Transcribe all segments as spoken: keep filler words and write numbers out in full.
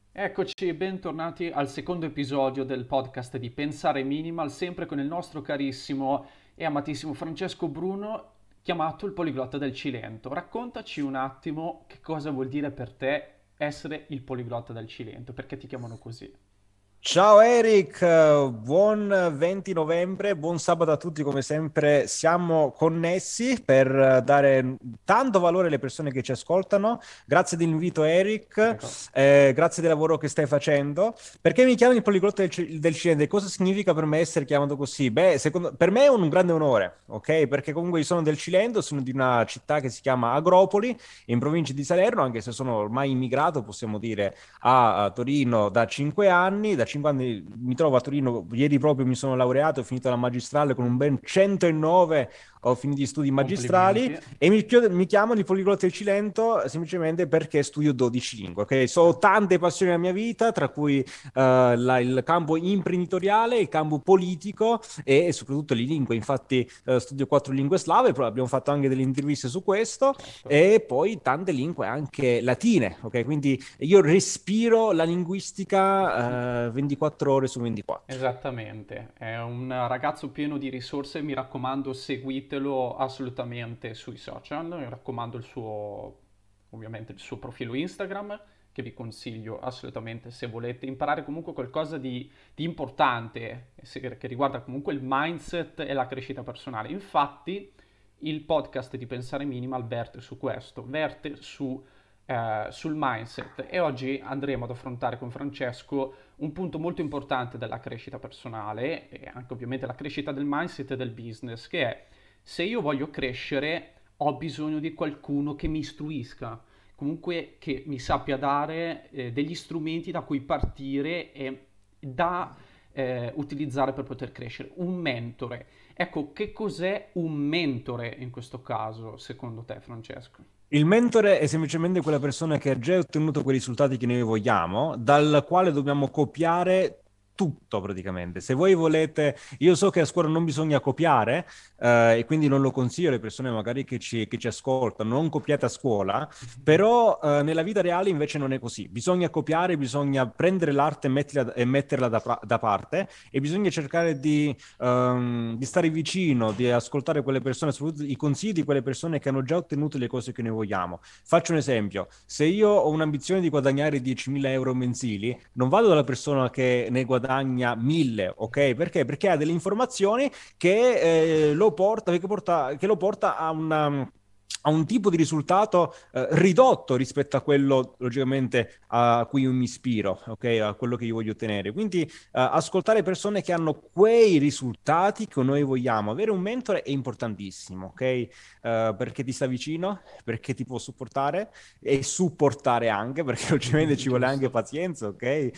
Eccoci, bentornati al secondo episodio del podcast di Pensare Minimal, sempre con il nostro carissimo e amatissimo Francesco Bruno, chiamato il Poliglotta del Cilento. Raccontaci un attimo che cosa vuol dire per te essere il Poliglotta del Cilento, perché ti chiamano così. Ciao Eric, eh, buon venti novembre, buon sabato a tutti come sempre. Siamo connessi per eh, dare tanto valore alle persone che ci ascoltano. Grazie dell'invito Eric, Prego. eh, grazie del lavoro che stai facendo. Perché mi chiami il poliglotta del, Ci- del Cilento? Cosa significa per me essere chiamato così? Beh, secondo, per me è un grande onore, ok? Perché comunque io sono del Cilento, sono di una città che si chiama Agropoli, in provincia di Salerno, anche se sono ormai immigrato, possiamo dire a, a Torino da cinque anni. Da cinque anni mi trovo a Torino. Ieri proprio mi sono laureato, ho finito la magistrale con un ben centonove, ho finito gli studi magistrali Complimenti. e mi, chio- mi chiamo di Poliglotta del Cilento semplicemente perché studio dodici lingue. Ok, so tante passioni nella mia vita, tra cui eh, la- il campo imprenditoriale, il campo politico e soprattutto le lingue. Infatti eh, studio quattro lingue slave, però abbiamo fatto anche delle interviste su questo, Certo. e poi tante lingue anche latine, ok? Quindi io respiro la linguistica eh, ventiquattro ore su ventiquattro. Esattamente, è un ragazzo pieno di risorse, mi raccomando seguitelo assolutamente sui social, mi raccomando il suo, ovviamente il suo profilo Instagram, che vi consiglio assolutamente se volete imparare comunque qualcosa di, di importante, se- che riguarda comunque il mindset e la crescita personale. Infatti il podcast di Pensare Minimal verte su questo, verte su, eh, sul mindset e oggi andremo ad affrontare con Francesco un punto molto importante della crescita personale e anche ovviamente la crescita del mindset e del business, che è se io voglio crescere ho bisogno di qualcuno che mi istruisca, comunque che mi sappia dare eh, degli strumenti da cui partire e da eh, utilizzare per poter crescere, un mentore. Ecco, che cos'è un mentore in questo caso, secondo te, Francesco? Il mentore è semplicemente quella persona che ha già ottenuto quei risultati che noi vogliamo, dal quale dobbiamo copiare tutto praticamente. Se voi volete, io so che a scuola non bisogna copiare, eh, e quindi non lo consiglio alle persone magari che ci, che ci ascoltano, non copiate a scuola, però eh, nella vita reale invece non è così. Bisogna copiare, bisogna prendere l'arte e metterla, e metterla da, pra- da parte, e bisogna cercare di, ehm, di stare vicino, di ascoltare quelle persone, soprattutto i consigli di quelle persone che hanno già ottenuto le cose che noi vogliamo. Faccio un esempio: se io ho un'ambizione di guadagnare diecimila euro mensili, non vado dalla persona che ne guadagna mille, ok? Perché? Perché ha delle informazioni che, eh, lo porta, che, porta, che lo porta a una a un tipo di risultato eh, ridotto rispetto a quello logicamente a cui io mi ispiro, ok? A quello che io voglio ottenere. Quindi eh, ascoltare persone che hanno quei risultati che noi vogliamo. Avere un mentore è importantissimo, ok? Eh, perché ti sta vicino, perché ti può supportare e supportare anche, perché logicamente ci vuole anche Giusto. pazienza, ok? Eh,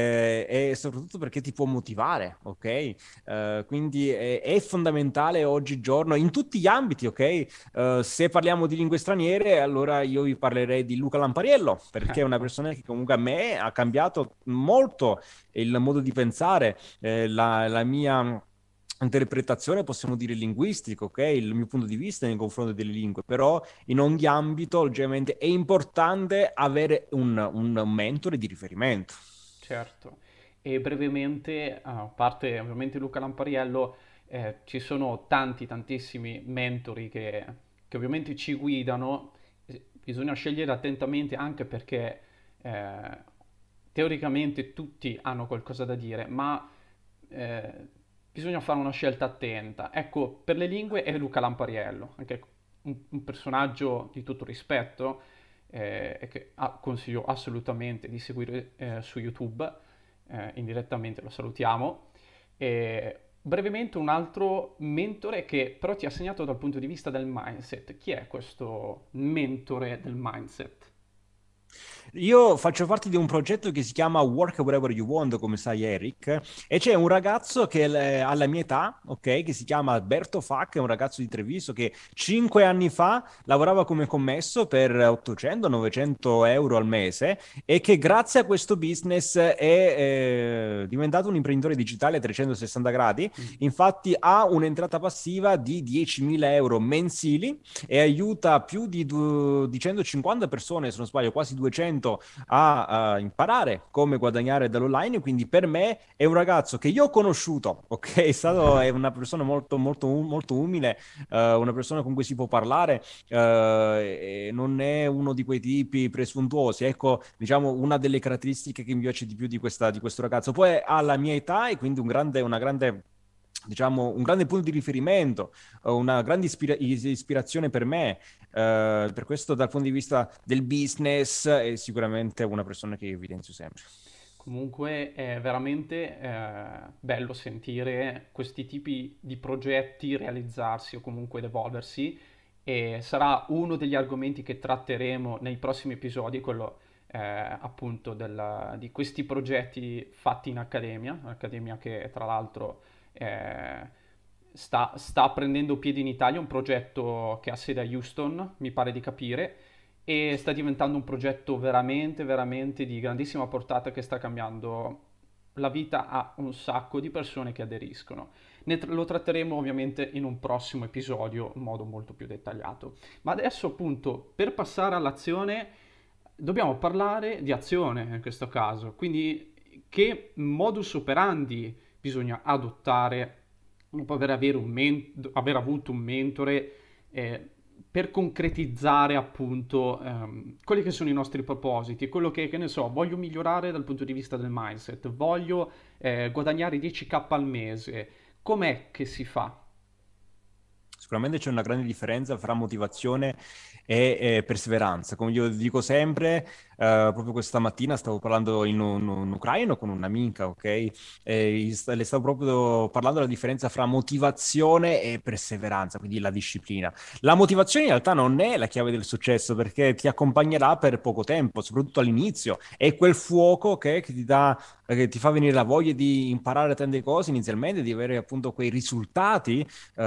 e soprattutto perché ti può motivare, ok? Eh, quindi è, è fondamentale oggigiorno in tutti gli ambiti, ok? Uh, se parliamo di lingue straniere, allora io vi parlerei di Luca Lampariello, perché è una Ecco. persona che comunque a me ha cambiato molto il modo di pensare, eh, la, la mia interpretazione, possiamo dire linguistica, ok? Il mio punto di vista nei confronti delle lingue, però in ogni ambito, ovviamente, è importante avere un, un mentore di riferimento. Certo, e brevemente, a parte ovviamente Luca Lampariello, eh, ci sono tanti, tantissimi mentori che, che ovviamente ci guidano, eh, bisogna scegliere attentamente anche perché eh, teoricamente tutti hanno qualcosa da dire, ma eh, bisogna fare una scelta attenta. Ecco, per le lingue è Luca Lampariello, anche un, un personaggio di tutto rispetto eh, e che ah, consiglio assolutamente di seguire eh, su YouTube, eh, indirettamente lo salutiamo. E brevemente un altro mentore che però ti ha segnato dal punto di vista del mindset. Chi è questo mentore del mindset? Io faccio parte di un progetto che si chiama Work Wherever You Want, come sai Eric, e c'è un ragazzo che è alla mia età, ok, che si chiama Alberto Fac, è un ragazzo di Treviso che cinque anni fa lavorava come commesso per ottocento novecento euro al mese, e che grazie a questo business è eh, diventato un imprenditore digitale a trecentosessanta gradi. Mm. Infatti ha un'entrata passiva di diecimila euro mensili e aiuta più di, du- di centocinquanta persone, se non sbaglio, quasi duecento a, a imparare come guadagnare dall'online, quindi per me è un ragazzo che io ho conosciuto, ok? È stato, è una persona molto, molto, molto umile, uh, una persona con cui si può parlare, uh, e non è uno di quei tipi presuntuosi. Ecco, diciamo, una delle caratteristiche che mi piace di più di, questa, di questo ragazzo. Poi ha la mia età e quindi un grande, una grande diciamo, un grande punto di riferimento, una grande ispira- ispirazione per me. Uh, per questo, dal punto di vista del business, è sicuramente una persona che evidenzio sempre. Comunque è veramente eh, bello sentire questi tipi di progetti realizzarsi o comunque ed evolversi, e sarà uno degli argomenti che tratteremo nei prossimi episodi, quello eh, appunto della- di questi progetti fatti in accademia, accademia che tra l'altro eh, sta, sta prendendo piede in Italia, un progetto che ha sede a Houston, mi pare di capire, e sta diventando un progetto veramente, veramente di grandissima portata che sta cambiando la vita a un sacco di persone che aderiscono. Ne tr- lo tratteremo ovviamente in un prossimo episodio in modo molto più dettagliato. Ma adesso appunto per passare all'azione dobbiamo parlare di azione in questo caso, quindi che modus operandi bisogna adottare dopo aver, avere un men- aver avuto un mentore eh, per concretizzare appunto ehm, quelli che sono i nostri propositi, quello che, che ne so, voglio migliorare dal punto di vista del mindset, voglio eh, guadagnare dieci k al mese, com'è che si fa? Sicuramente c'è una grande differenza fra motivazione e, e perseveranza. Come io dico sempre, eh, proprio questa mattina stavo parlando in, un, un ucraino con un'amica, ok? E le stavo proprio parlando della differenza fra motivazione e perseveranza, quindi la disciplina. La motivazione in realtà non è la chiave del successo, perché ti accompagnerà per poco tempo, soprattutto all'inizio. È quel fuoco okay, che ti dà, che ti fa venire la voglia di imparare tante cose inizialmente, di avere appunto quei risultati.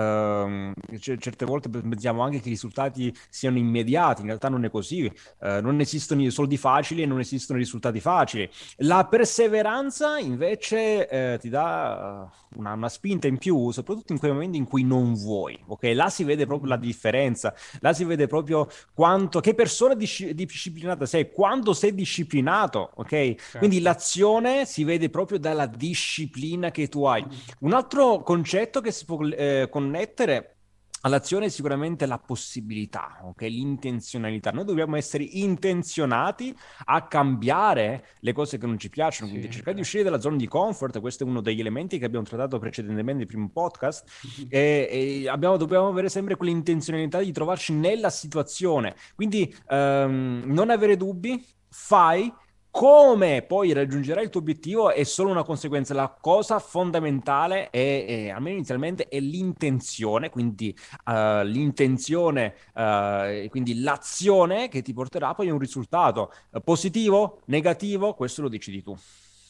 Uh, c- certe volte pensiamo anche che i risultati siano immediati, in realtà non è così. Uh, non esistono i soldi facili e non esistono i risultati facili. La perseveranza invece eh, ti dà una, una spinta in più, soprattutto in quei momenti in cui non vuoi, ok? Là si vede proprio la differenza, là si vede proprio quanto, che persona disci- disciplinata sei, quando sei disciplinato, ok? Quindi Certo. l'azione si vede proprio dalla disciplina che tu hai. Un altro concetto che si può eh, connettere all'azione è sicuramente la possibilità, ok? L'intenzionalità. Noi dobbiamo essere intenzionati a cambiare le cose che non ci piacciono, quindi Sì, cercare di certo. uscire dalla zona di comfort. Questo è uno degli elementi che abbiamo trattato precedentemente nel primo podcast. E, e abbiamo, dobbiamo avere sempre quell'intenzionalità di trovarci nella situazione. Quindi ehm, non avere dubbi, fai. Come poi raggiungerai il tuo obiettivo è solo una conseguenza. La cosa fondamentale è, è almeno inizialmente, è l'intenzione, quindi uh, l'intenzione, uh, quindi l'azione che ti porterà poi a un risultato uh, positivo, negativo, questo lo decidi tu.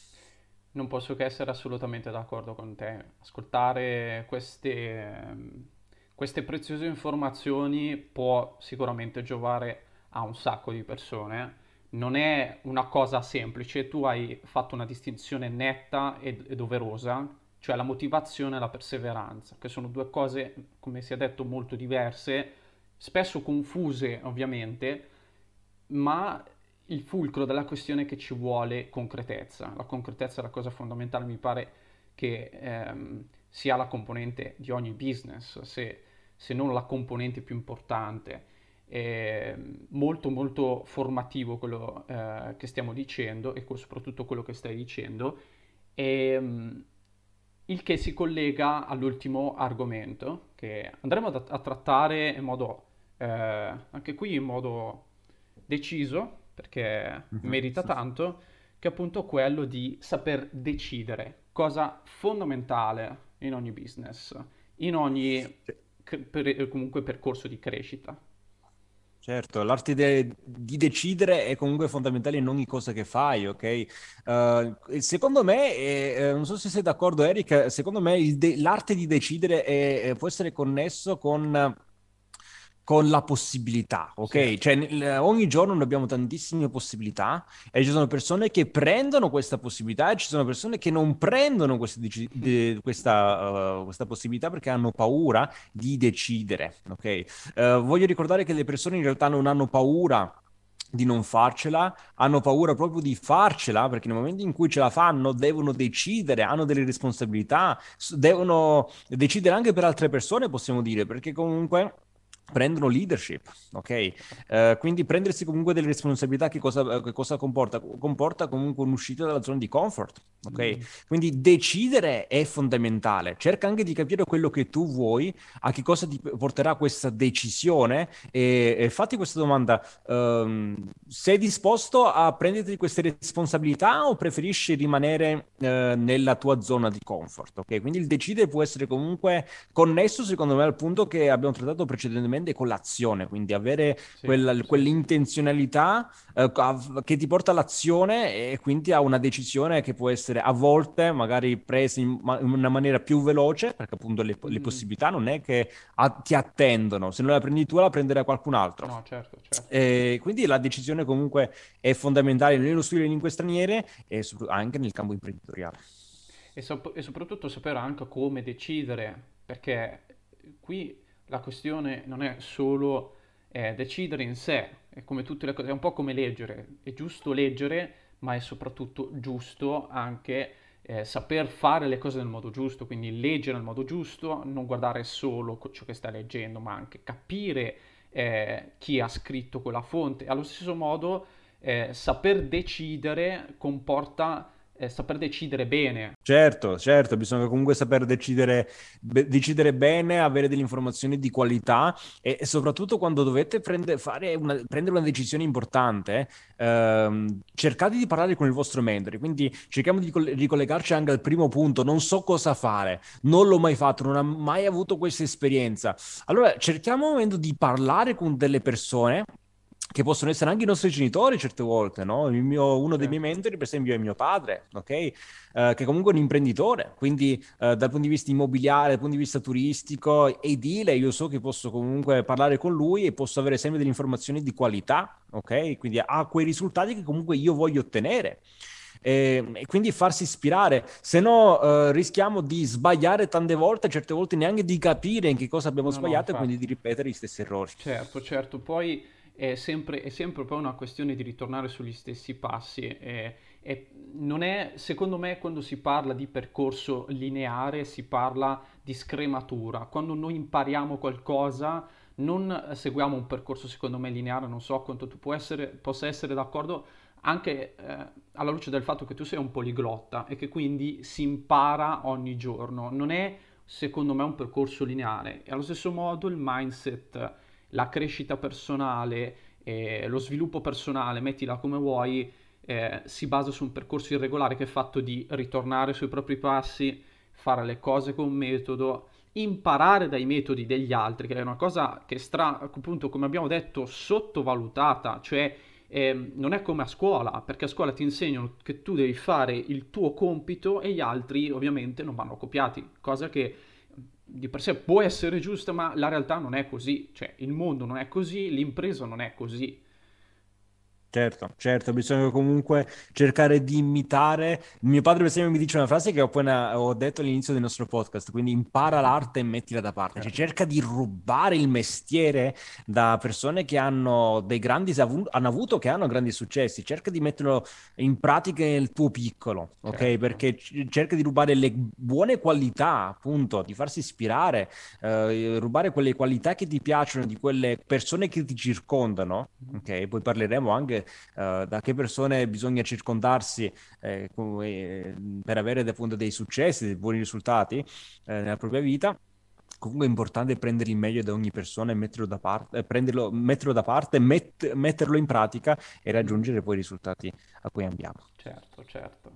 Non posso che essere assolutamente d'accordo con te. Ascoltare queste, ehm, queste preziose informazioni può sicuramente giovare a un sacco di persone. Non è una cosa semplice, tu hai fatto una distinzione netta e, e doverosa, cioè la motivazione e la perseveranza, che sono due cose, come si è detto, molto diverse, spesso confuse ovviamente, ma il fulcro della questione è che ci vuole concretezza. La concretezza è la cosa fondamentale, mi pare che ehm, sia la componente di ogni business, se, se non la componente più importante. È molto molto formativo quello eh, che stiamo dicendo e soprattutto quello che stai dicendo. E, um, il che si collega all'ultimo argomento che andremo a, a trattare in modo, eh, anche qui in modo deciso, perché Mhm. merita tanto, che è appunto quello di saper decidere, cosa fondamentale in ogni business, in ogni Sì. per- comunque percorso di crescita. Certo, l'arte de- di decidere è comunque fondamentale in ogni cosa che fai, ok? Uh, secondo me, eh, eh, non so se sei d'accordo, Eric, secondo me il de- l'arte di decidere è- è- può essere connesso con, con la possibilità, Sì, ok? Cioè, nel- ogni giorno noi abbiamo tantissime possibilità e ci sono persone che prendono questa possibilità e ci sono persone che non prendono questa, deci- de- questa, uh, questa possibilità perché hanno paura di decidere, ok? Eh, voglio ricordare che le persone in realtà non hanno paura di non farcela, hanno paura proprio di farcela, perché nel momento in cui ce la fanno devono decidere, hanno delle responsabilità, s- devono decidere anche per altre persone, possiamo dire, perché comunque prendono leadership, ok? certo. Eh, quindi prendersi comunque delle responsabilità che cosa, che cosa comporta? Comporta comunque un'uscita dalla zona di comfort, ok? Mm, Quindi decidere è fondamentale. Cerca anche di capire quello che tu vuoi, a che cosa ti porterà questa decisione e, e fatti questa domanda. Ehm, sei disposto a prenderti queste responsabilità o preferisci rimanere eh, nella tua zona di comfort? Ok, quindi il decidere può essere comunque connesso, secondo me, al punto che abbiamo trattato precedentemente con l'azione, quindi avere sì, quella, sì, sì. quell'intenzionalità eh, a- che ti porta all'azione e quindi a una decisione che può essere a volte magari presa in, ma- in una maniera più veloce, perché appunto le, le Mm, possibilità non è che a- ti attendono, se non la prendi tu la prenderà qualcun altro. no, certo, certo. E quindi la decisione comunque è fondamentale nello studio di lingue straniere e sopra- anche nel campo imprenditoriale. E, sop- e soprattutto sapere anche come decidere, perché qui la questione non è solo eh, decidere in sé, è come tutte le cose, è un po' come leggere, è giusto leggere, ma è soprattutto giusto anche eh, saper fare le cose nel modo giusto, quindi leggere nel modo giusto, non guardare solo co- ciò che stai leggendo, ma anche capire eh, chi ha scritto quella fonte. Allo stesso modo, eh, saper decidere comporta eh, saper decidere bene. Certo, certo, bisogna comunque saper decidere, be- decidere bene, avere delle informazioni di qualità e, e soprattutto quando dovete prende- fare una, prendere una decisione importante, ehm, cercate di parlare con il vostro mentore. Quindi cerchiamo di coll- ricollegarci anche al primo punto. Non so cosa fare, non l'ho mai fatto, non ho mai avuto questa esperienza. Allora cerchiamo un momento di parlare con delle persone che possono essere anche i nostri genitori certe volte, no? Il mio- uno Sì. dei miei mentori, per esempio, è mio padre, ok? Eh, che comunque è un imprenditore, quindi eh, dal punto di vista immobiliare, dal punto di vista turistico, edile, io so che posso comunque parlare con lui e posso avere sempre delle informazioni di qualità, ok? Quindi ha quei risultati che comunque io voglio ottenere. E, e quindi farsi ispirare, se no eh, rischiamo di sbagliare tante volte, certe volte neanche di capire in che cosa abbiamo No, no, sbagliato e quindi di infatti. ripetere gli stessi errori. Certo, certo, poi è sempre, è sempre poi una questione di ritornare sugli stessi passi. E, e non è, secondo me, quando si parla di percorso lineare, si parla di scrematura. Quando noi impariamo qualcosa, non seguiamo un percorso, secondo me, lineare. Non so quanto tu può essere, possa essere d'accordo, anche eh, alla luce del fatto che tu sei un poliglotta e che quindi si impara ogni giorno. Non è, secondo me, un percorso lineare. E allo stesso modo il mindset, la crescita personale, eh, lo sviluppo personale, mettila come vuoi, eh, si basa su un percorso irregolare che è fatto di ritornare sui propri passi, fare le cose con metodo, imparare dai metodi degli altri, che è una cosa che è stra, appunto, come abbiamo detto, sottovalutata, cioè eh, non è come a scuola, perché a scuola ti insegnano che tu devi fare il tuo compito e gli altri ovviamente non vanno copiati, cosa che di per sé può essere giusta, ma la realtà non è così, cioè il mondo non è così, l'impresa non è così. Certo, certo, bisogna comunque cercare di imitare. Mio padre, per esempio, mi dice una frase che ho appena ho detto all'inizio del nostro podcast, quindi impara l'arte e mettila da parte. Cioè, Certo, cerca di rubare il mestiere da persone che hanno dei grandi, avu- hanno avuto, che hanno grandi successi. Cerca di metterlo in pratica nel tuo piccolo, ok? certo, Perché c- cerca di rubare le buone qualità, appunto, di farsi ispirare, eh, rubare quelle qualità che ti piacciono di quelle persone che ti circondano. Ok, poi parleremo anche eh, da che persone bisogna circondarsi eh, come, eh, per avere appunto dei successi, dei buoni risultati eh, nella propria vita. Comunque è importante prendere il meglio da ogni persona e metterlo da parte, eh, prenderlo, metterlo da parte, met- metterlo in pratica e raggiungere poi i risultati a cui andiamo. certo, certo.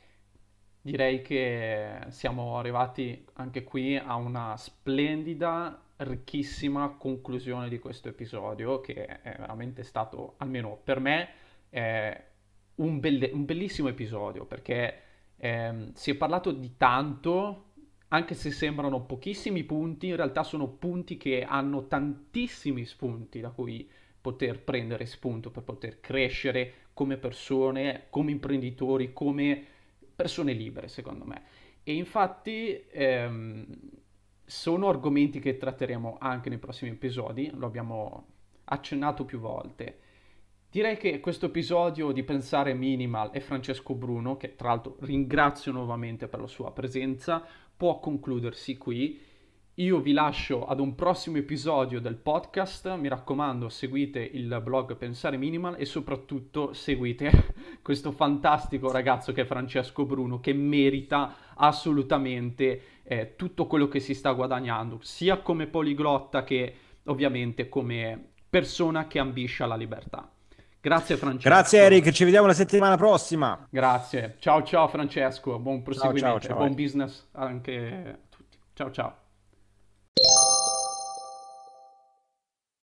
Direi che siamo arrivati anche qui a una splendida, ricchissima conclusione di questo episodio, che è veramente stato, almeno per me, è un, belle- un bellissimo episodio, perché ehm, si è parlato di tanto, anche se sembrano pochissimi punti, in realtà sono punti che hanno tantissimi spunti da cui poter prendere spunto per poter crescere come persone, come imprenditori, come persone libere, secondo me. E infatti ehm, sono argomenti che tratteremo anche nei prossimi episodi, lo abbiamo accennato più volte. Direi che questo episodio di Pensare Minimal e Francesco Bruno, che tra l'altro ringrazio nuovamente per la sua presenza, può concludersi qui. Io vi lascio ad un prossimo episodio del podcast, mi raccomando seguite il blog Pensare Minimal e soprattutto seguite questo fantastico ragazzo che è Francesco Bruno, che merita assolutamente eh, tutto quello che si sta guadagnando, sia come poliglotta che ovviamente come persona che ambisce alla libertà. Grazie Francesco. Grazie Eric, ci vediamo la settimana prossima. Grazie. Ciao ciao Francesco, buon Ciao ciao proseguimento e ciao. buon Eric. business anche a tutti. Ciao ciao.